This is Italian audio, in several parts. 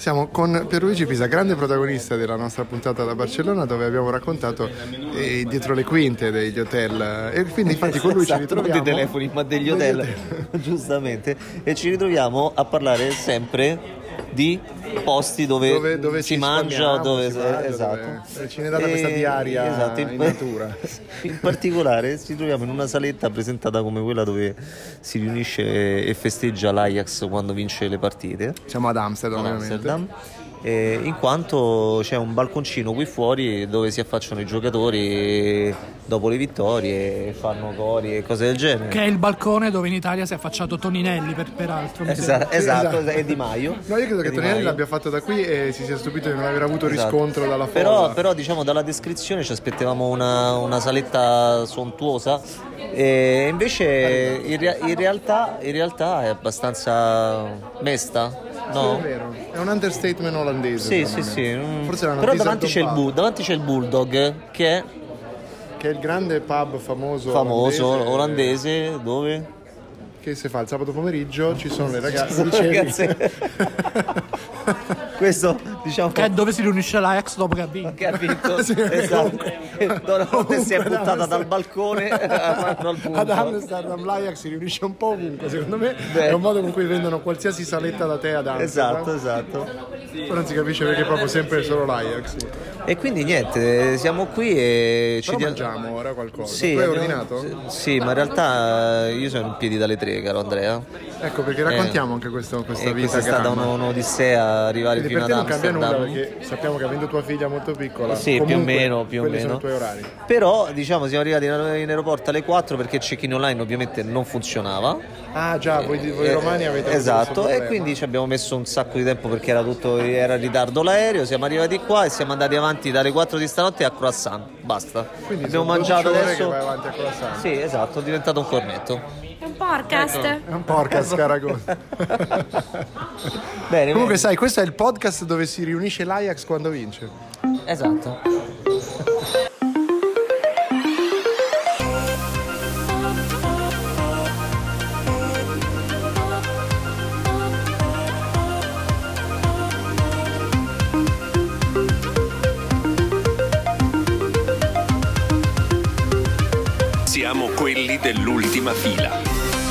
Siamo con Pierluigi Pisa, grande protagonista della nostra puntata da Barcellona, dove abbiamo raccontato dietro le quinte degli hotel, e quindi infatti con lui ci ritroviamo. Non dei telefoni, ma degli hotel. Giustamente. E ci ritroviamo a parlare sempre di posti dove si mangia, esatto. Dove ci ne data questa diaria, esatto, in natura. In particolare ci troviamo in una saletta presentata come quella dove si riunisce e festeggia l'Ajax quando vince le partite. Siamo ad Amsterdam. In quanto c'è un balconcino qui fuori dove si affacciano i giocatori dopo le vittorie e fanno cori e cose del genere, che è il balcone dove in Italia si è affacciato Toninelli peraltro. Esatto, e Di Maio. No, io credo che Toninelli l'abbia fatto da qui e si sia stupito di non aver avuto riscontro dalla folla. Però diciamo dalla descrizione ci aspettavamo una saletta sontuosa, e invece in realtà è abbastanza mesta. No? Sì, è vero, è un understatement olandese. Sì. Forse però davanti c'è il Bulldog che è il grande pub famoso olandese dove? Che si fa il sabato pomeriggio, ci sono le ragazze. Questo diciamo che è dove si riunisce l'Ajax dopo che ha vinto. Sì, esatto. Comunque si è buttata dal balcone al punto. Ad Amsterdam l'Ajax si riunisce un po' ovunque, secondo me. È un modo con cui vendono qualsiasi saletta da tè ad Amsterdam. Esatto. Poi non si capisce perché proprio sempre solo l'Ajax. E quindi niente, siamo qui e ci mangiamo ora qualcosa. Sì, tu hai ordinato? Sì, ma in realtà io sono in piedi dalle 3, caro Andrea. Ecco, perché raccontiamo anche questa vita. Questa è stata un'odissea arrivare quindi fino ad Amsterdam. Per te non cambia nulla, perché sappiamo che avendo tua figlia molto piccola, sì, comunque, più o meno sono i tuoi orari. Però diciamo siamo arrivati in aeroporto alle 4 perché il check-in online ovviamente non funzionava. Ah già, voi romani avete esatto, e quindi ci abbiamo messo un sacco di tempo perché era in ritardo l'aereo. Siamo arrivati qua e siamo andati avanti dalle 4 di stanotte a croissant. Basta. Quindi abbiamo mangiato adesso che vai avanti a croissant. Sì, esatto, è diventato un cornetto. È un podcast. Ecco. È un podcast, Caragosta. Comunque sai, questo è il podcast dove si riunisce l'Ajax quando vince. Esatto. Siamo quelli dell'ultima fila.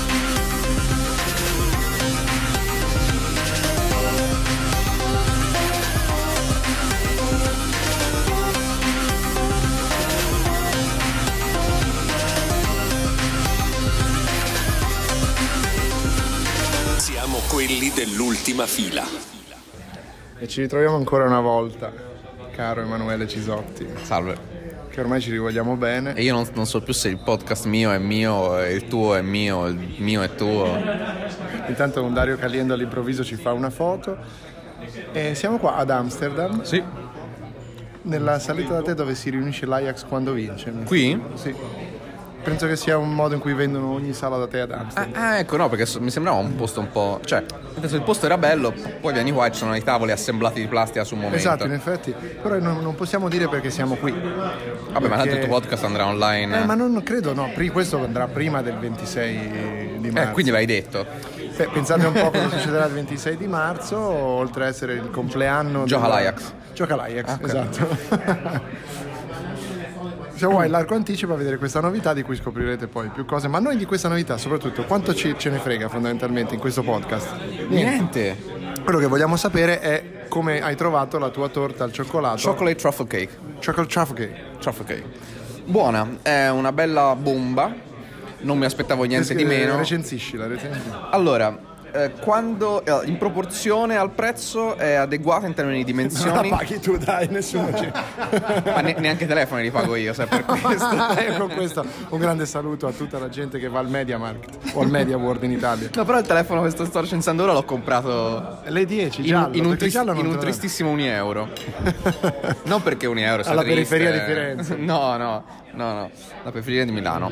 Siamo quelli dell'ultima fila. E ci ritroviamo ancora una volta, caro Emanuele Cisotti. Salve. Che ormai ci rivogliamo bene. E io non so più se il podcast mio è mio, il tuo è mio, il mio è tuo. Intanto un Dario Caliendo all'improvviso ci fa una foto. E siamo qua ad Amsterdam. Sì. Nella saletta da tè dove si riunisce l'Ajax quando vince. Qui? Sì. Penso che sia un modo in cui vendono ogni sala da tè ad Amsterdam. Ecco, no, perché mi sembrava un posto un po'... Cioè, il posto era bello, poi vieni qua e ci sono i tavoli assemblati di plastica sul momento. Esatto, in effetti. Però non possiamo dire perché siamo qui. Vabbè, ma tanto il tuo podcast andrà online. Ma non credo, no. Questo andrà prima del 26 di marzo. Quindi l'hai detto. Pensate un po' cosa succederà il 26 di marzo, oltre a essere il compleanno... Gioca l'Ajax. Okay. Esatto. Se vuoi largo anticipo a vedere questa novità di cui scoprirete poi più cose. Ma noi di questa novità soprattutto quanto ce ne frega fondamentalmente in questo podcast? Niente. Quello che vogliamo sapere è come hai trovato la tua torta al cioccolato. Chocolate truffle cake. Chocolate truffle cake. Truffle cake. Buona, è una bella bomba. Non mi aspettavo niente di meno. Recensiscila. Allora, quando in proporzione al prezzo è adeguata in termini di dimensioni. La paghi tu, dai, nessuno ci... Ma neanche i telefoni li pago io, sai, per questo. Con questo un grande saluto a tutta la gente che va al MediaMarkt o al MediaWorld in Italia. No, però il telefono che sto recensendo ora l'ho comprato le 10 giallo, in un tristissimo €1. Non perché €1 sia alla triste. periferia di Firenze. No, la periferia di Milano.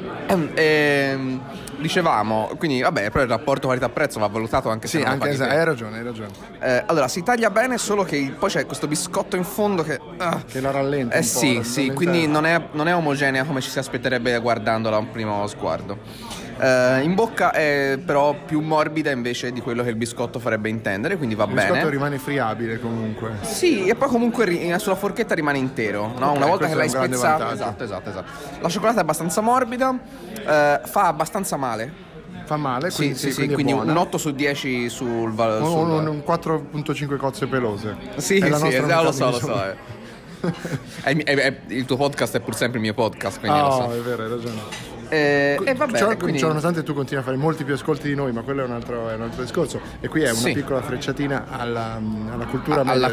Dicevamo, quindi vabbè, però il rapporto qualità-prezzo va valutato anche se sì, anche esatto, hai ragione. Allora, si taglia bene, solo che poi c'è questo biscotto in fondo che la rallenta un po'. Sì, quindi non è omogenea come ci si aspetterebbe guardandola a un primo sguardo. In bocca è però più morbida invece di quello che il biscotto farebbe intendere, quindi va bene. Il biscotto rimane friabile comunque. Sì, e poi comunque sulla forchetta rimane intero, no? Ok, Una volta che questo l'hai è un grande spezzato. Esatto. La cioccolata è abbastanza morbida, fa abbastanza male. Fa male, Sì, quindi è un 8 su 10 sul un 4.5 cozze pelose. Sì, È la nostra lo so. misura. Il tuo podcast è pur sempre il mio podcast, quindi lo so. È vero, hai ragione. E vabbè, quindi... nonostante tu continui a fare molti più ascolti di noi, ma quello è un altro discorso. E qui è una piccola frecciatina alla cultura media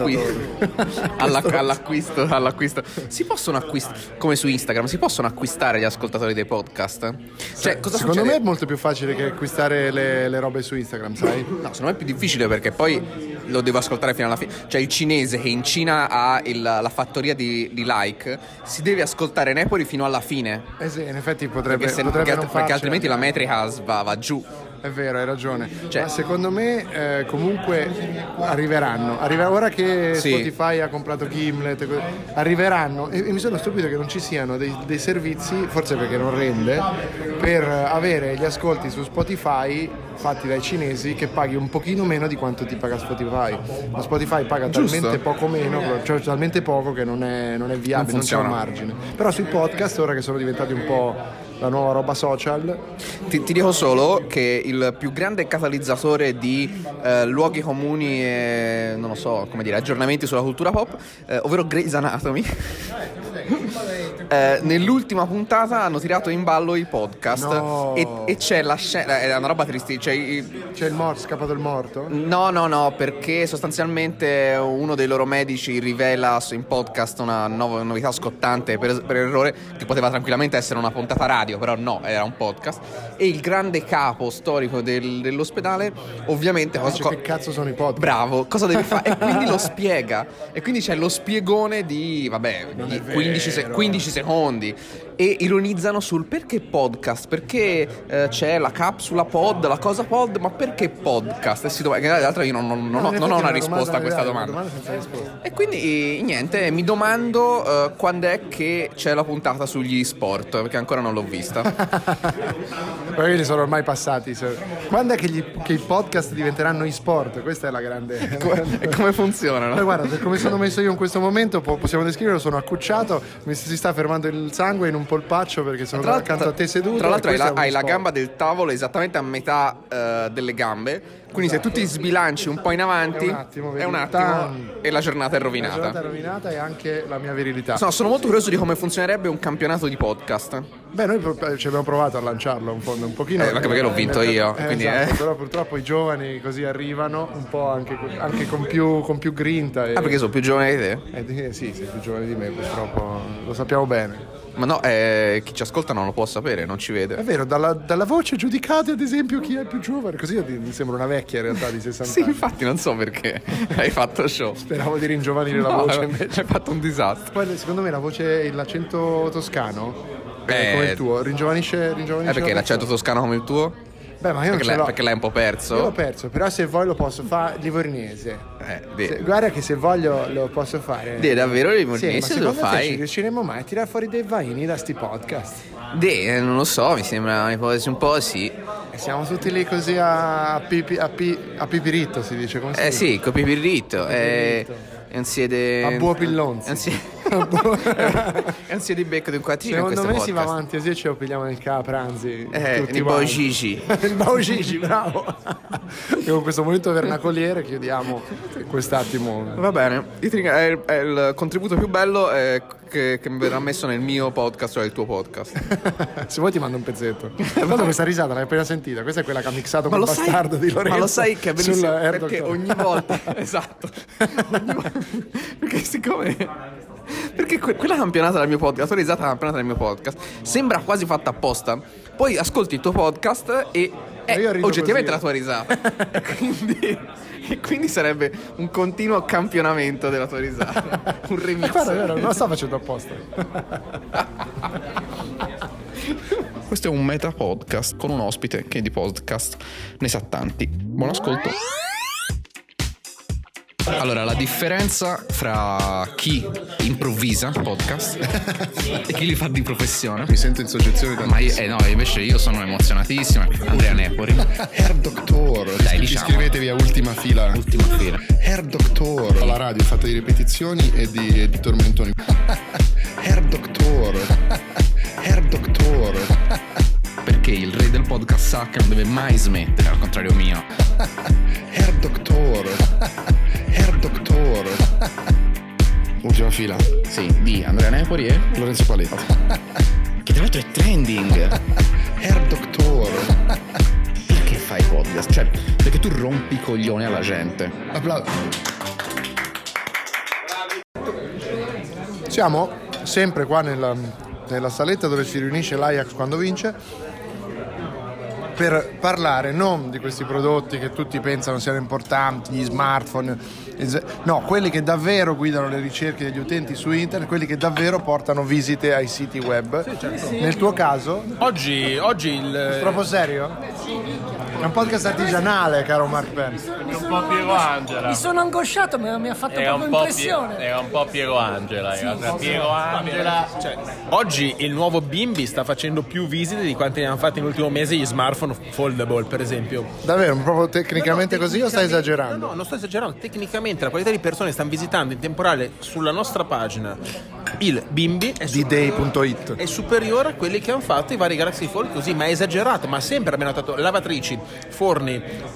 all'acquisto. Si possono acquistare, come su Instagram, si possono acquistare gli ascoltatori dei podcast? Cioè, cosa secondo succede? me è molto più facile che acquistare le robe su Instagram, sai? No, secondo me è più difficile perché poi lo devo ascoltare fino alla fine. Cioè il cinese che in Cina ha la fattoria di like si deve ascoltare Napoli fino alla fine. Sì, in effetti potrebbe perché altrimenti la metrica va giù. È vero, hai ragione. Cioè, ma secondo me comunque arriveranno. Ora che Spotify ha comprato Gimlet, arriveranno. E mi sono stupito che non ci siano dei servizi, forse perché non rende, per avere gli ascolti su Spotify fatti dai cinesi che paghi un pochino meno di quanto ti paga Spotify. Ma Spotify paga talmente poco meno, cioè talmente poco che non è viabile, non c'è un margine. Però sui podcast, ora che sono diventati un po' la nuova roba social, ti dico solo che il più grande catalizzatore di luoghi comuni e non lo so, come dire, aggiornamenti sulla cultura pop, ovvero Grey's Anatomy, nell'ultima puntata hanno tirato in ballo i podcast. E c'è la scena, è una roba triste, c'è il morto, scappato il morto? No, perché sostanzialmente uno dei loro medici rivela in podcast una novità scottante per errore, che poteva tranquillamente essere una puntata radio, però no, era un podcast. E il grande capo storico dell'ospedale ovviamente che cazzo sono i podcast? Bravo, cosa deve fare? E quindi lo spiega. E quindi c'è lo spiegone di 15 secondi. E ironizzano sul perché podcast, perché c'è la capsula pod, la cosa pod, ma perché podcast? E tra l'altro io non ho una risposta a questa domanda. E quindi niente, mi domando quando è che c'è la puntata sugli sport, perché ancora non l'ho vista. Quelli sono ormai passati. Quando è che i podcast diventeranno e-sport? Questa è la grande... Come funzionano? Ma guarda, per come sono messo io in questo momento, possiamo descriverlo, sono accucciato, si sta fermando il sangue in un polpaccio perché sono accanto a te seduto. Tra l'altro hai la gamba del tavolo esattamente a metà delle gambe, quindi se tu ti sbilanci un po' in avanti è un attimo e la giornata è rovinata. La giornata è rovinata e anche la mia virilità. No, sono molto curioso di come funzionerebbe un campionato di podcast. Beh, noi ci abbiamo provato a lanciarlo un pochino. Anche perché l'ho vinto io. Quindi, esatto, però purtroppo i giovani così arrivano un po' anche con più grinta. Perché sono più giovane di te? Sì, sei più giovane di me, purtroppo lo sappiamo bene. Ma no, chi ci ascolta non lo può sapere, non ci vede. È vero, dalla voce giudicate ad esempio chi è più giovane. Così io mi sembra una vecchia in realtà di 60 sì, anni. Infatti non so perché hai fatto show. Speravo di ringiovanire la voce invece. Hai fatto un disastro. Poi secondo me la voce, l'accento toscano come il tuo, ringiovanisce perché l'accento toscano come il tuo? Beh, ma io non ce l'ho. Perché l'hai un po' perso? Io l'ho perso, però se vuoi lo posso fare livornese. Guarda che se voglio lo posso fare. Davvero livornese lo fai? Ci riusciremo mai a tirare fuori dei vaini da sti podcast? Non lo so, mi sembra un'ipotesi un po' sì. Siamo tutti lì così a pipiritto, si dice, come si dice? Sì, con pipiritto. Non siede... A buo pillonzi. Non siede becco di un quattrino. Secondo me si va avanti così e ce lo pigliamo nel pranzi. Il Baugigi. Il Baugigi, bravo. E con questo momento vernacoliere chiudiamo quest'attimo. Va bene. È il contributo più bello che verrà messo nel mio podcast o nel tuo podcast. Se vuoi ti mando un pezzetto. Guarda questa risata, l'hai appena sentita. Questa è quella che ha mixato col bastardo di Lorenzo. Ma lo sai che è bellissimo perché ogni volta esatto. Perché siccome quella campionata del mio podcast, la risata campionata del mio podcast sembra quasi fatta apposta. Poi ascolti il tuo podcast e è oggettivamente la tua risata. E quindi sarebbe un continuo campionamento della tua risata. Un remix. Guarda, non lo sto facendo apposta. Questo è un meta podcast con un ospite che di podcast ne sa tanti. Buon ascolto. Allora, la differenza fra chi improvvisa podcast e chi li fa di professione. Mi sento in soggezione da invece io sono emozionatissimo. Andrea Nepori. Herr Doctor. Dai, diciamo. Iscrivetevi a Ultima Fila. Herr Doctor. La radio è fatta di ripetizioni e di tormentoni. Herr Doctor. Herr Doctor. Perché il re del podcast sa che non deve mai smettere, al contrario mio. Herr Doctor. Herr Doctor. Ultima Fila. Sì, di Andrea Nepori e Lorenzo Paletti. che tra l'altro è trending. Herr Doctor. Perché fai podcast? Cioè, perché tu rompi i coglioni alla gente. Applauso. Siamo sempre qua nella saletta dove si riunisce l'Ajax quando vince, per parlare non di questi prodotti che tutti pensano siano importanti, gli smartphone, no, quelli che davvero guidano le ricerche degli utenti su internet, quelli che davvero portano visite ai siti web. Sì, certo. Nel tuo caso? Oggi il... Troppo serio? È un podcast artigianale, caro Mark Pence. È un po' Piero Angela. Mi sono angosciato, ma mi ha fatto proprio impressione. Era un po' Piero Angela. Piero Angela. Cioè, oggi il nuovo Bimbi sta facendo più visite di quante ne hanno fatte nell'ultimo mese gli smartphone foldable, per esempio. Davvero? Proprio tecnicamente così o stai esagerando? No, non sto esagerando. Tecnicamente la qualità di persone che stanno visitando in temporale sulla nostra pagina il Bimbi D-Day.it è superiore a quelli che hanno fatto i vari Galaxy Fold, così, ma è esagerato. Ma sempre abbiamo notato lavatrici, forni,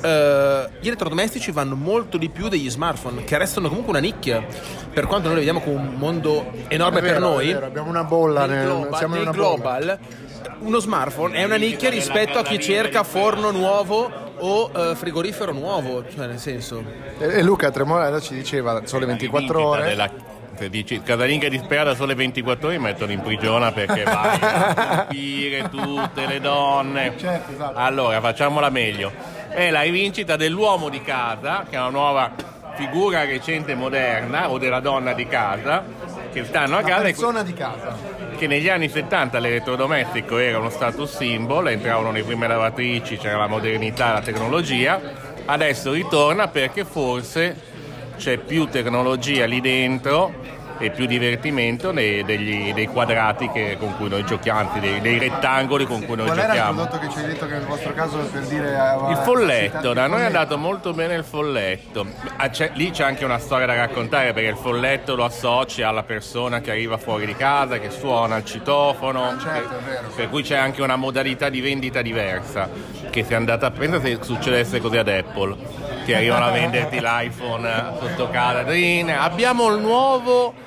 gli elettrodomestici vanno molto di più degli smartphone, che restano comunque una nicchia, per quanto noi li vediamo come un mondo enorme. Vero, per noi. Abbiamo una bolla siamo in una global bolla. Uno smartphone è una nicchia rispetto a chi cerca forno nuovo o frigorifero nuovo, cioè nel senso. E Luca Tremolano ci diceva sole 24 ore. Se dici casalinga disperata sole 24 ore mi mettono in prigione perché vai a colpire tutte le donne. Certo, esatto. Allora facciamola meglio. È la rivincita dell'uomo di casa, che è una nuova figura recente moderna, o della donna di casa, che stanno a casa. La persona di casa. Che negli anni 70 l'elettrodomestico era uno status symbol, entravano le prime lavatrici, c'era la modernità, la tecnologia. Adesso ritorna perché forse c'è più tecnologia lì dentro e più divertimento dei quadrati con cui noi giochiamo, anzi dei rettangoli con cui noi giochiamo. Qual era il prodotto che ci hai detto che nel vostro caso per dire il folletto? Da noi è andato molto bene il folletto. Lì c'è anche una storia da raccontare, perché il folletto lo associ alla persona che arriva fuori di casa, che suona il citofono, certo, è vero. Per cui c'è anche una modalità di vendita diversa, che si è andata a prendere se succedesse così ad Apple, che arrivano a venderti l'iPhone sotto casa. Abbiamo il nuovo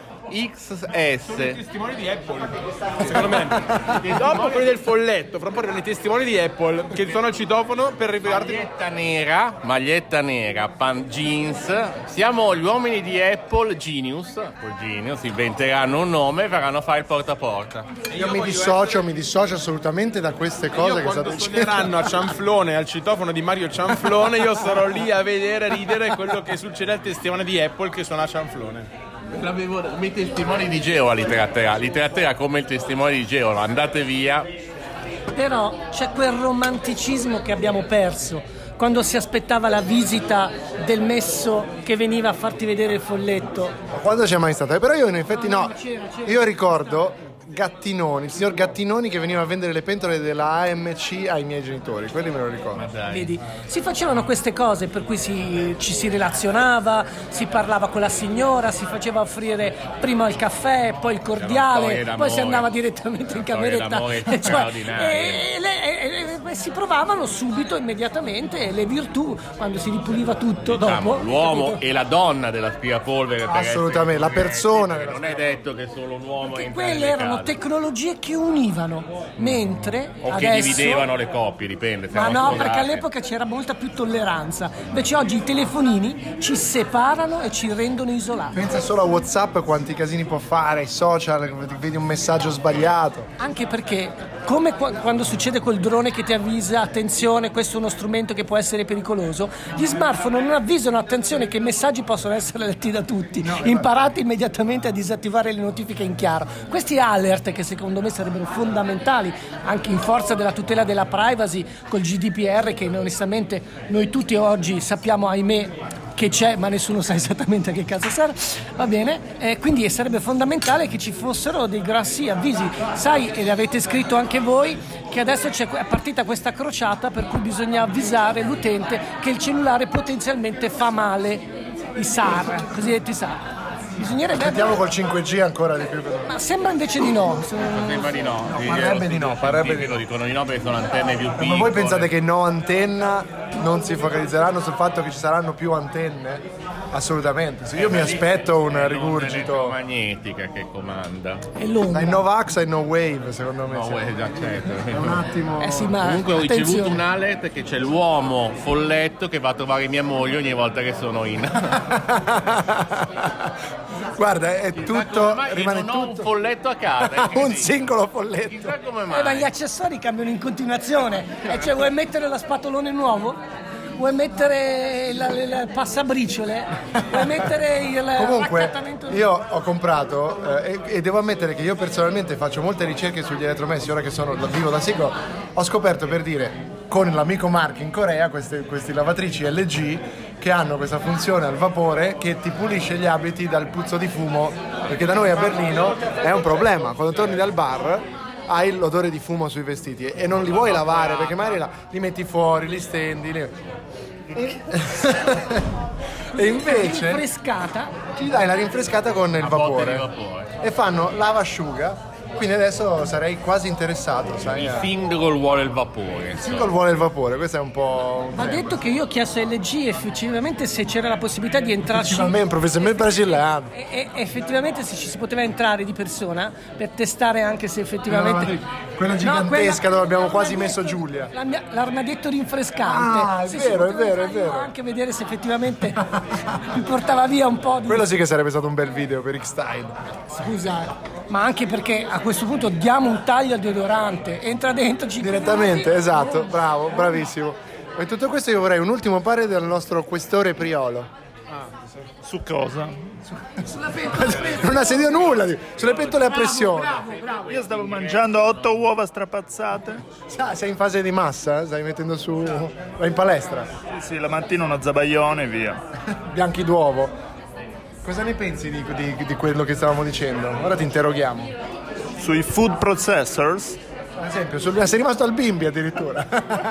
XS. Sono i testimoni di Apple, secondo me. Dopo quelli del folletto, fra un po' arrivano i testimoni di Apple che sono al citofono per rivelarti. Maglietta nera, jeans. Siamo gli uomini di Apple Genius, inventeranno un nome e faranno fare il porta a porta. Io mi dissocio assolutamente da queste cose che state dicendo. Suoneranno a Cianflone, al citofono di Mario Cianflone, io sarò lì a vedere, ridere quello che succede al testimone di Apple che suona a Cianflone. L'avevo i testimoni di Geo a Literatea come il testimone di Geo, andate via. Però c'è quel romanticismo che abbiamo perso quando si aspettava la visita del messo che veniva a farti vedere il folletto. Quando c'è mai stata? Però io in effetti no. C'era. Io ricordo Gattinoni, il signor Gattinoni che veniva a vendere le pentole della AMC ai miei genitori, quelli me lo ricordo. Vedi, si facevano queste cose per cui ci si relazionava, si parlava con la signora, si faceva offrire prima il caffè, poi il cordiale, poi si andava direttamente in cameretta, e si provavano subito, immediatamente, le virtù quando si ripuliva tutto, diciamo, dopo. L'uomo e la donna dell'aspirapolvere. Assolutamente, la persona. Non è detto che solo un uomo che quelle erano tecnologie che univano, mentre o adesso, che dividevano le coppie, dipende. Ma no, perché all'epoca c'era molta più tolleranza. Invece oggi i telefonini ci separano e ci rendono isolati. Pensa solo a WhatsApp, quanti casini può fare, i social, vedi un messaggio sbagliato. Anche perché, come quando succede col drone che ti avvisa, attenzione, questo è uno strumento che può essere pericoloso, gli smartphone non avvisano, attenzione, che i messaggi possono essere letti da tutti. Imparate immediatamente a disattivare le notifiche in chiaro. Questi alert che secondo me sarebbero fondamentali anche in forza della tutela della privacy col GDPR, che onestamente noi tutti oggi sappiamo, ahimè, che c'è, ma nessuno sa esattamente a che cazzo serve, va bene, quindi sarebbe fondamentale che ci fossero dei grossi avvisi. Sai, e l'avete scritto anche voi, che adesso è partita questa crociata per cui bisogna avvisare l'utente che il cellulare potenzialmente fa male, i SAR, cosiddetti SAR. Bisognerebbe... Andiamo col 5G ancora di più. Ma sembra invece di no. Sembra di no. Parrebbe di no, parrebbe di no. Dicono di no perché sono antenne più piccole. Ma voi pensate che no antenna non si focalizzeranno sul fatto che ci saranno più antenne? Assolutamente. Se io mi aspetto un rigurgito magnetica che comanda. È lungo. Dai Novax ai No Wave, secondo me. No, già certo. È un attimo. Sì, ma comunque ho attenzione. ricevuto un alert che c'è l'uomo folletto che va a trovare mia moglie ogni volta che sono in. Guarda, è tutto, rimane non ho un tutto folletto a casa. un singolo folletto. Chissà come mai. Ma gli accessori cambiano in continuazione. Cioè, vuoi mettere lo spatolone nuovo? Vuoi mettere il passabriciole? Vuoi mettere il Comunque raccattamento? io ho comprato e devo ammettere che io personalmente faccio molte ricerche sugli elettromessi. Ora che vivo da Sico, ho scoperto, per dire, con l'amico Mark in Corea, questi lavatrici LG che hanno questa funzione al vapore che ti pulisce gli abiti dal puzzo di fumo, perché da noi a Berlino è un problema. Quando torni dal bar hai l'odore di fumo sui vestiti e non li vuoi lavare perché magari li metti fuori, li stendi e invece rinfrescata, ti dai la rinfrescata con il botte di vapore e fanno lava-asciuga. Quindi adesso sarei quasi interessato, sai? Il single vuole il vapore. Il single vuole il vapore, questo è un po'... Va detto che io ho chiesto a LG effettivamente se c'era la possibilità di entrarci un professionalmente brasiliano. e effettivamente se ci si poteva entrare di persona per testare anche se effettivamente quella gigantesca dove abbiamo quasi messo Giulia. L'armadietto rinfrescante. È vero, è vero. Anche vedere se effettivamente mi portava via un po' di... Quello sì che sarebbe stato un bel video per X-Style. Scusa, ma anche perché a questo punto diamo un taglio al deodorante, entra dentro, ci direttamente, esatto, bravo, bravissimo. E tutto questo io vorrei un ultimo parere del nostro questore Priolo. Su cosa? Non ha sentito nulla, sulle pentole a pressione. Bravo. Io stavo mangiando 8 uova strapazzate. Sei in fase di massa? Stai mettendo su... Vai in palestra? Sì, la mattina uno zabaione e via. Bianchi d'uovo. Cosa ne pensi di quello che stavamo dicendo? Ora ti interroghiamo. Sui food processors? Ad esempio, sei rimasto al bimbi addirittura.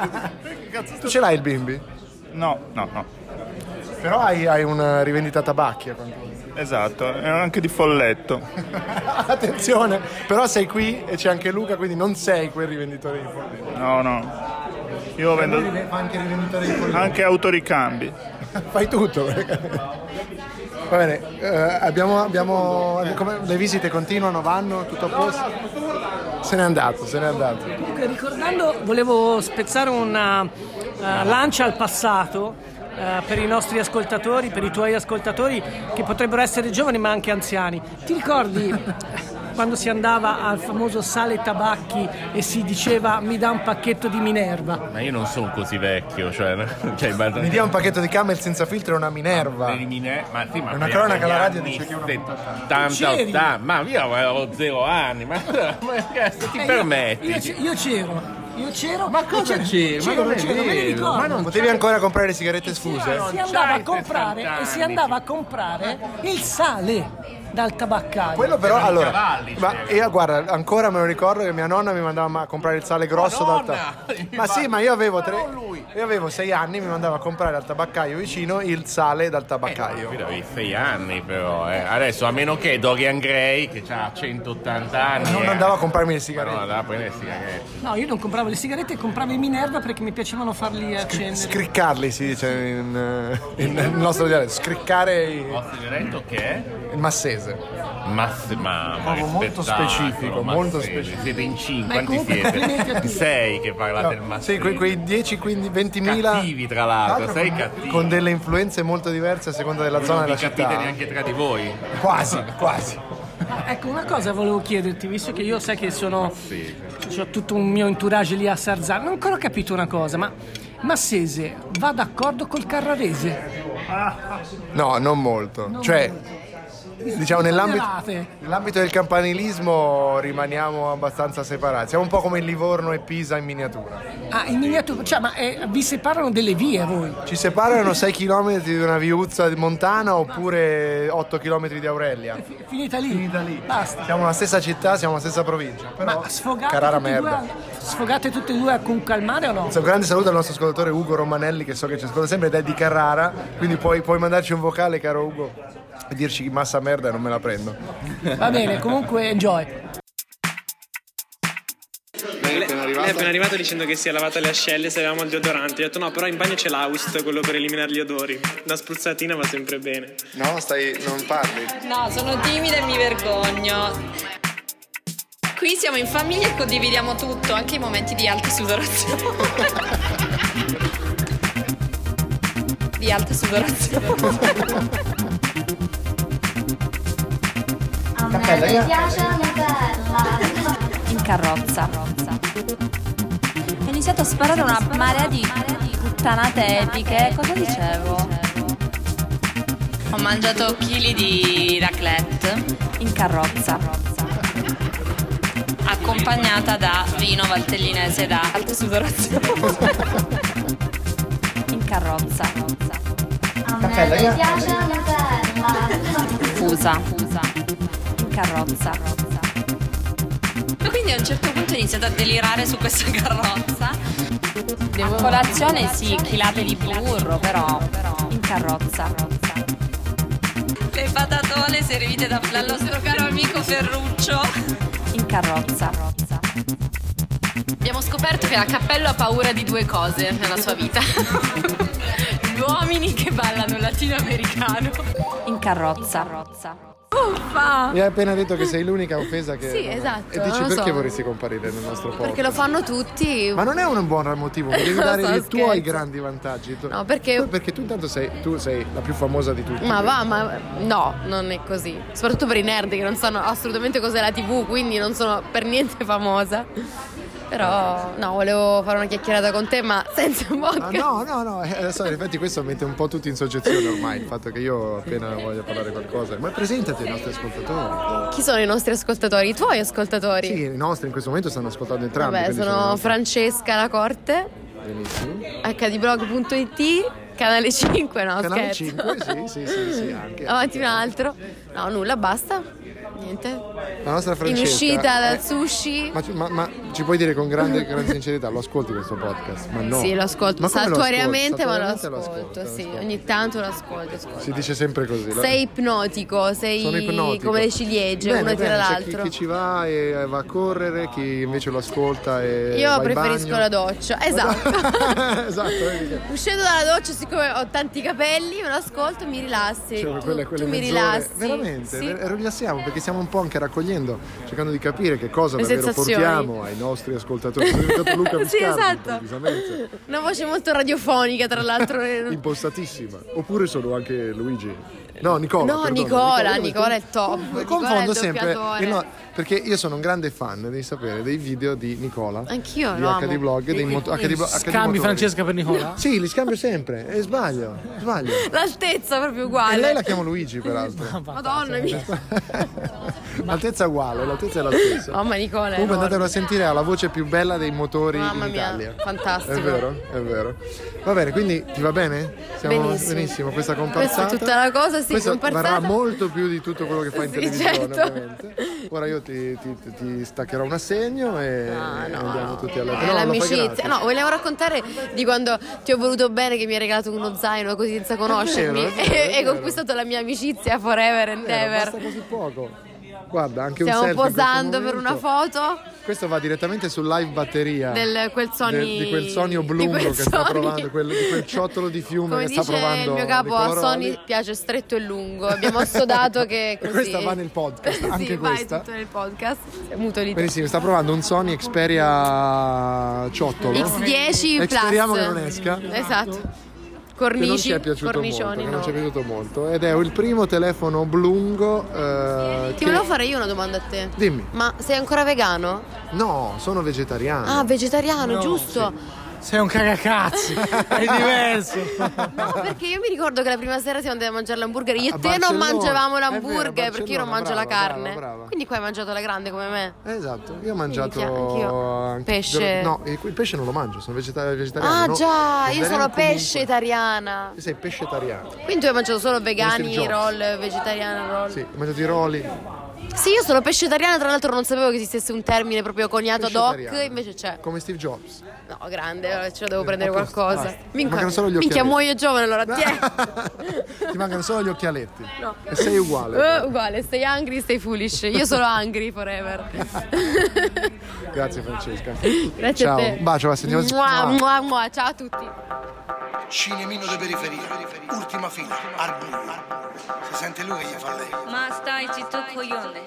Tu ce l'hai il bimbi? No. Però hai una rivendita tabacchi. Esatto, e anche di folletto. Attenzione, però sei qui e c'è anche Luca, quindi non sei quel rivenditore di folletto. No. Io vendo anche rivenditore di folletto. anche autoricambi. Fai tutto. Va bene, abbiamo come, le visite continuano, vanno, tutto a posto? Se n'è andato. Comunque, ricordando, volevo spezzare una lancia al passato per i nostri ascoltatori, per i tuoi ascoltatori che potrebbero essere giovani ma anche anziani. Ti ricordi quando si andava al famoso Sale Tabacchi e si diceva mi dà un pacchetto di Minerva? Ma io non sono così vecchio, Mi dia un pacchetto di Camel senza filtro e una Minerva. Ma sì, ma una cronaca alla radio dice che 80, ma io avevo 0 anni, ma che ti permetti? Io c'ero. Ma cosa c'ero? Ma non me ne ricordo. Ma non potevi ancora comprare le sigarette sfuse? Si andava a comprare il sale dal tabaccaio. Quello però, allora, cavalli, ma io guarda, ancora me lo ricordo che mia nonna mi mandava a comprare il sale grosso dal tabaccaio. Ma sì, ma io avevo 6 anni, mi mandava a comprare al tabaccaio vicino il sale dal tabaccaio. Io avevo 6 anni però, adesso a meno che Dorian Gray che ha 180 anni non andava a comprarmi le sigarette. No, andava a prendere le sigarette. No, io non compravo le sigarette, compravo i Minerva perché mi piacevano farli accendere. Scriccarli si dice nel nostro dialetto, scriccare Il vostro dialetto che è? il massese. Molto specifico, molto specifico. Siete in 5, quanti siete? 6 che parlate il massese. Sì, quei 10, 15, 20.000 cattivi tra l'altro, 6 cattivi. Con delle influenze molto diverse a seconda della zona della città. Non capite neanche tra di voi. Quasi. Ecco, una cosa volevo chiederti, visto che io sai che ho tutto un mio entourage lì a Sarzano, non ho ancora capito una cosa, ma Massese va d'accordo col Carrarese? No, non molto. diciamo nell'ambito del campanilismo rimaniamo abbastanza separati. Siamo un po' come Livorno e Pisa in miniatura. Ah, in miniatura, cioè, ma vi separano delle vie voi? Ci separano 6 km di una viuzza montana oppure 8 km di Aurelia. Finita lì. Basta. Siamo la stessa città, siamo la stessa provincia. Però sfogate tutte e due a Conca al Mare o no? Un grande saluto al nostro ascoltatore Ugo Romanelli, che so che ci ascolta sempre ed è di Carrara, quindi puoi mandarci un vocale, caro Ugo, e dirci massa merda e non me la prendo. Va bene, comunque enjoy. Lei è appena arrivato dicendo che si è lavata le ascelle se avevamo il deodorante. Ho detto no, però in bagno c'è l'Aust, quello per eliminare gli odori. Una spruzzatina va sempre bene. No, non parli. No, sono timida e mi vergogno. Qui siamo in famiglia e condividiamo tutto, anche i momenti di alta sudorazione. Di alta sudorazione. A me piace la bella. In carrozza. Ho iniziato a sparare una marea di puttanate epiche. Cosa dicevo? Ho mangiato chili di raclette. In carrozza. Accompagnata da vino valtellinese da alta sudorazione. In carrozza. A me piace la bella. Fusa. In carrozza. E quindi a un certo punto ho iniziato a delirare su questa carrozza. A colazione sì, chilate di burro, però in carrozza. Le patatone servite dal nostro caro amico Ferruccio. In carrozza. Abbiamo scoperto che la Cappello ha paura di due cose nella sua vita. Gli uomini che ballano latinoamericano. In carrozza. Uffa! Mi hai appena detto che sei l'unica offesa che... Sì, esatto. E dici non perché so. vorresti comparire nel nostro podcast? Perché lo fanno tutti. Ma non è un buon motivo, devi dare So, i tuoi scherzo. grandi vantaggi. No, perché... Perché tu intanto sei la più famosa di tutti. ma no, non è così. Soprattutto per i nerd che non sanno assolutamente cos'è la TV, quindi non sono per niente famosa. Però no, volevo fare una chiacchierata con te, ma senza podcast. No, adesso in effetti questo mette un po' tutti in soggezione ormai, il fatto che io appena voglio parlare qualcosa. Ma presentati ai nostri ascoltatori. Chi sono i nostri ascoltatori? I tuoi ascoltatori? Sì, i nostri in questo momento stanno ascoltando entrambi. Vabbè, quindi sono sono Francesca Lacorte, benissimo. hdblog.it, canale 5, no Canale scherzo. 5, sì, anche. Avanti un altro. No, nulla, basta. Niente. La nostra Francesca In uscita dal sushi. Ma ci puoi dire con grande sincerità, lo ascolti questo podcast? Ma no. Sì, lo ascolto Ma come lo saltuariamente, ma lo Saltuariamente ascolto. lo Sì, ascolto. ogni tanto lo ascolto. Si dice sempre così. Sei ipnotico, sei Sono ipnotico. come le ciliegie, Bene, uno tira c'è l'altro. chi ci va e va a correre, chi invece lo ascolta e Io va in preferisco bagno. la doccia. Esatto. Esatto, vedi che- Uscendo dalla doccia, siccome ho tanti capelli, me lo ascolto e mi rilassi. Cioè, tu mi mezz'ore. rilassi. Veramente, Sì. rilassiamo perché stiamo un po' anche raccogliendo, cercando di capire che cosa Le davvero sensazioni. portiamo ai nostri ascoltatori. Sono diventato Luca Sì, Viscardi, esatto. improvvisamente. Una voce molto radiofonica, tra l'altro. Impostatissima. Oppure sono anche Luigi. No, Nicola. No, perdona, Nicola è top. Nicola è Confondo il sempre. doppiatore. Perché io sono un grande fan, devi sapere, dei video di Nicola. Anch'io di lo amo. HD Blog, dei HD Scambi motori. Francesca per Nicola? Sì, li scambio sempre. E sbaglio. L'altezza proprio E uguale. lei la chiamo Luigi, peraltro. Madonna mia. L'altezza è uguale, l'altezza è la stessa. Mamma Nicola. è Comunque enorme. andatelo a sentire, ha la voce più bella dei motori Mamma in mia, Italia. fantastico. È vero. Va bene, quindi ti va bene? Siamo benissimo questa comparsata. Questa è tutta la cosa, sì, Questa comparsata. varrà molto più di tutto quello che fa in Sì, televisione, certo. ovviamente. Ora io ti staccherò un assegno e andiamo tutti alla L'amicizia. No, vogliamo raccontare di quando ti ho voluto bene, che mi hai regalato uno zaino così senza conoscermi è vero, e hai conquistato la mia amicizia forever and ever. Basta così poco. Guarda, anche Stiamo un selfie in questo posando per una momento. foto Questo va direttamente sul live batteria quel Sony di quel Sony oblungo che sta provando, di quel ciottolo di fiume Come che sta dice provando. il mio capo, a Nicola Sony Rolli. piace stretto e lungo. Abbiamo assodato che così. E questa va nel podcast, anche sì, vai questa. tutto nel podcast. È muto lì. Benissimo, sta provando un Sony Xperia ciottolo. X10 E Plus. speriamo che non esca. Esatto. Che non ci Cornici, è piaciuto cornicioni, molto, che no. non ci è piaciuto molto. Ed è il primo telefono oblungo Ti volevo fare io una domanda a te. Dimmi. Ma sei ancora vegano? No, sono vegetariano. Ah, vegetariano, giusto. Sei un cagacazzi, è diverso. No, perché io mi ricordo che la prima sera siamo andati a mangiare l'hamburger. Io e te non mangiavamo l'hamburger perché io non mangio la carne. Brava. Quindi qua hai mangiato la grande come me. Esatto, io ho mangiato anch'io. Pesce. No, il pesce non lo mangio, sono vegetariano. Ah già, io sono pescetariana. Tu sei pescetariano. Quindi tu hai mangiato solo vegani, roll, vegetariano roll. Sì, ho mangiato i rolli. Sì, io sono pescetariana, tra l'altro non sapevo che esistesse un termine proprio coniato ad hoc, invece c'è. Come Steve Jobs. No, grande, ce lo devo prendere qualcosa. Mancano solo gli occhialetti. Minchia, muoio giovane allora, Ti mancano solo gli occhialetti. No. E sei uguale. Uguale, stay hungry, stay foolish. Io sono hungry forever. Grazie Francesca. Grazie ciao. a te. Un bacio, sentiamo. Ciao a tutti. Cinemino de periferia, ultima fila, al buio. Si sente lui che gli fa lei. Ma stai zitto coglione.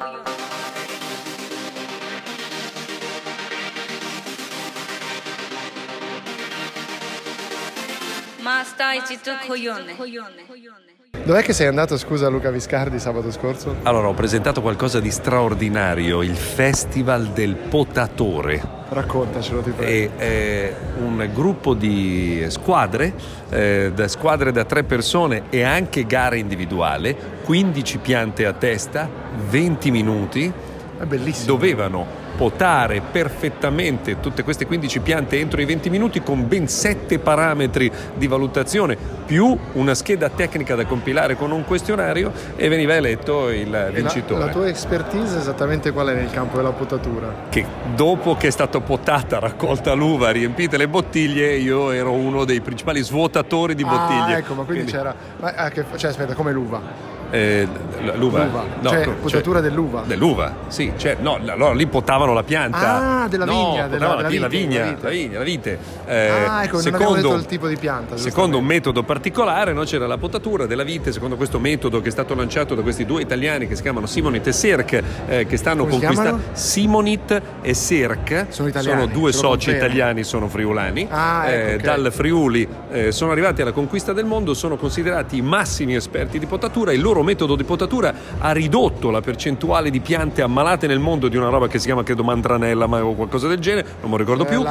Ma stai zitto coglione. Dov'è che sei andato, scusa, Luca Viscardi, sabato scorso? Allora, ho presentato qualcosa di straordinario, il Festival del Potatore. Raccontacelo, ti prego. È un gruppo di squadre da 3 persone e anche gara individuale, 15 piante a testa, 20 minuti. È bellissimo. Dovevano potare perfettamente tutte queste 15 piante entro i 20 minuti con ben 7 parametri di valutazione più una scheda tecnica da compilare con un questionario e veniva eletto il vincitore. La tua expertise esattamente qual è nel campo della potatura? Che dopo che è stata potata, raccolta l'uva, riempite le bottiglie, io ero uno dei principali svuotatori di bottiglie. Ecco, ma quindi c'era... cioè aspetta, come l'uva? L'uva. No, cioè potatura dell'uva? Dell'uva, sì. Cioè, no, allora lì potavano la pianta. Ah, della vigna. La vite. Ecco, non abbiamo detto il tipo di pianta. Secondo un metodo particolare, no, c'era la potatura della vite, secondo questo metodo che è stato lanciato da questi 2 italiani che si chiamano Simonit e Serk, che stanno conquistando. Simonit e Serk sono italiani. Sono 2 soci italiani, sono friulani. Okay. Dal Friuli sono arrivati alla conquista del mondo, sono considerati i massimi esperti di potatura. Il loro metodo di potatura ha ridotto la percentuale di piante ammalate nel mondo di una roba che si chiama, credo, mandranella o qualcosa del genere, non mi ricordo più.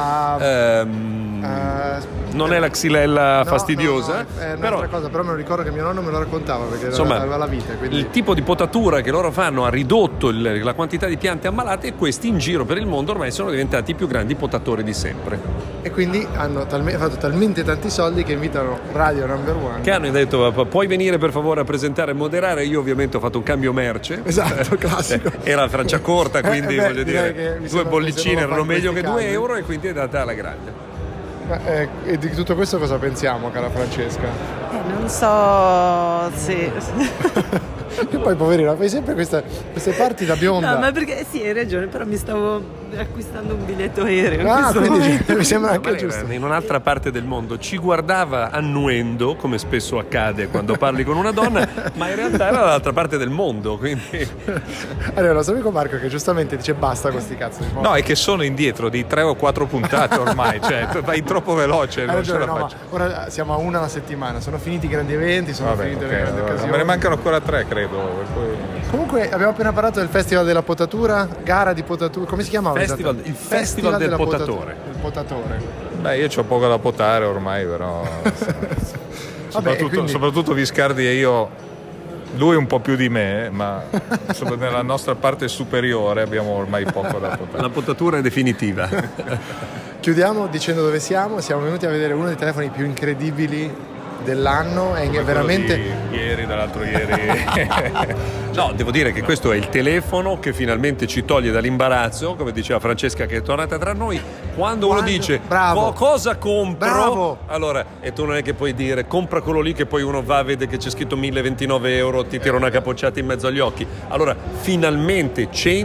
Non è la xylella fastidiosa, no, è un'altra cosa, però me lo ricordo che mio nonno me lo raccontava perché aveva la vite. Quindi... Il tipo di potatura che loro fanno ha ridotto la quantità di piante ammalate e questi in giro per il mondo ormai sono diventati i più grandi potatori di sempre. E quindi hanno fatto talmente tanti soldi che invitano Radio Number One. Che hanno detto: puoi venire per favore a presentare e moderare? Io ovviamente ho fatto un cambio merce. Esatto, classico. Era Franciacorta, quindi voglio dire 2 bollicine erano meglio che 2 euro e quindi è data alla grande. E di tutto questo cosa pensiamo, cara Francesca? Non so se... E poi poverina, fai sempre queste parti da bionda. No, ma perché sì, hai ragione, però mi stavo acquistando un biglietto aereo. Quindi mi sembra anche giusto. In un'altra parte del mondo ci guardava annuendo, come spesso accade quando parli con una donna, ma in realtà era dall'altra parte del mondo, quindi... Allora, lo so amico Marco che giustamente dice basta con sti cazzo di mondo. No, è che sono indietro di 3 o 4 puntate ormai, cioè vai troppo veloce. Hai ragione, no, ma ora siamo a una alla settimana, sono finiti i grandi eventi, finite le grandi occasioni. Me ne mancano ancora 3, credo. Comunque abbiamo appena parlato del Festival della Potatura, gara di potatura, come si chiamava? Il Festival del Potatore. Il potatore. Beh, io c'ho poco da potare ormai, però soprattutto Viscardi e io, lui un po' più di me, ma nella nostra parte superiore abbiamo ormai poco da potare. La potatura è definitiva. Chiudiamo dicendo dove siamo venuti a vedere uno dei telefoni più incredibili dell'anno, è veramente dall'altro ieri. No, devo dire che questo è il telefono che finalmente ci toglie dall'imbarazzo, come diceva Francesca che è tornata tra noi, quando uno dice cosa compro, bravo. Allora, e tu non è che puoi dire compra quello lì che poi uno va, vede che c'è scritto 1029 euro, ti tira una capocciata in mezzo agli occhi. Allora finalmente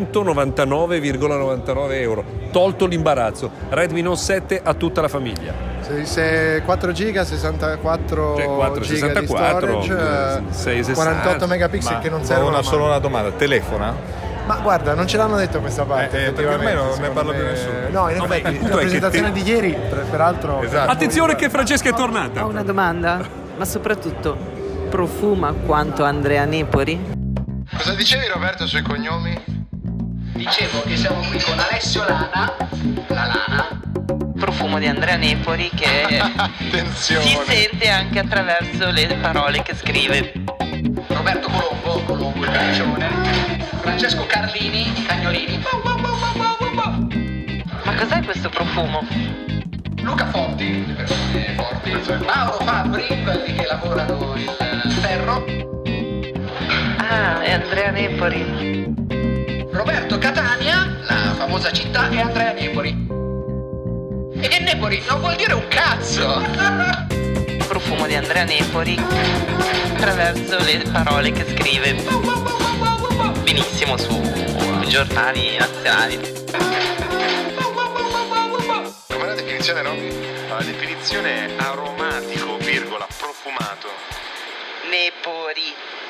199,99 euro, tolto l'imbarazzo. Redmi Note 7 a tutta la famiglia. Se 4 giga, 64 giga di storage, 660, 48 megapixel che non servono. Solo una domanda, telefona? Ma guarda, non ce l'hanno detto questa parte. Perché ormai non ne parla più nessuno. No, in effetti, la presentazione di ieri, peraltro. Esatto. Attenzione che Francesca è tornata. Ho una domanda, ma soprattutto profuma quanto Andrea Nepori? Cosa dicevi Roberto sui cognomi? Dicevo che siamo qui con Alessio Lana, la Lana, Profumo di Andrea Nepori che si sente anche attraverso le parole che scrive. Roberto Colombo il caccione. Francesco Carlini, i cagnolini. Ma cos'è questo profumo? Luca Forti, le persone forti. Mauro Fabbri, quelli che lavorano il ferro. Ah, è Andrea Nepori. Roberto Catania, la famosa città, e Andrea Nepori. E che Nepori non vuol dire un cazzo! Profumo di Andrea Nepori attraverso le parole che scrive benissimo su giornali nazionali. Com'è la definizione, Robby? La definizione è aromatico, profumato. Nepori.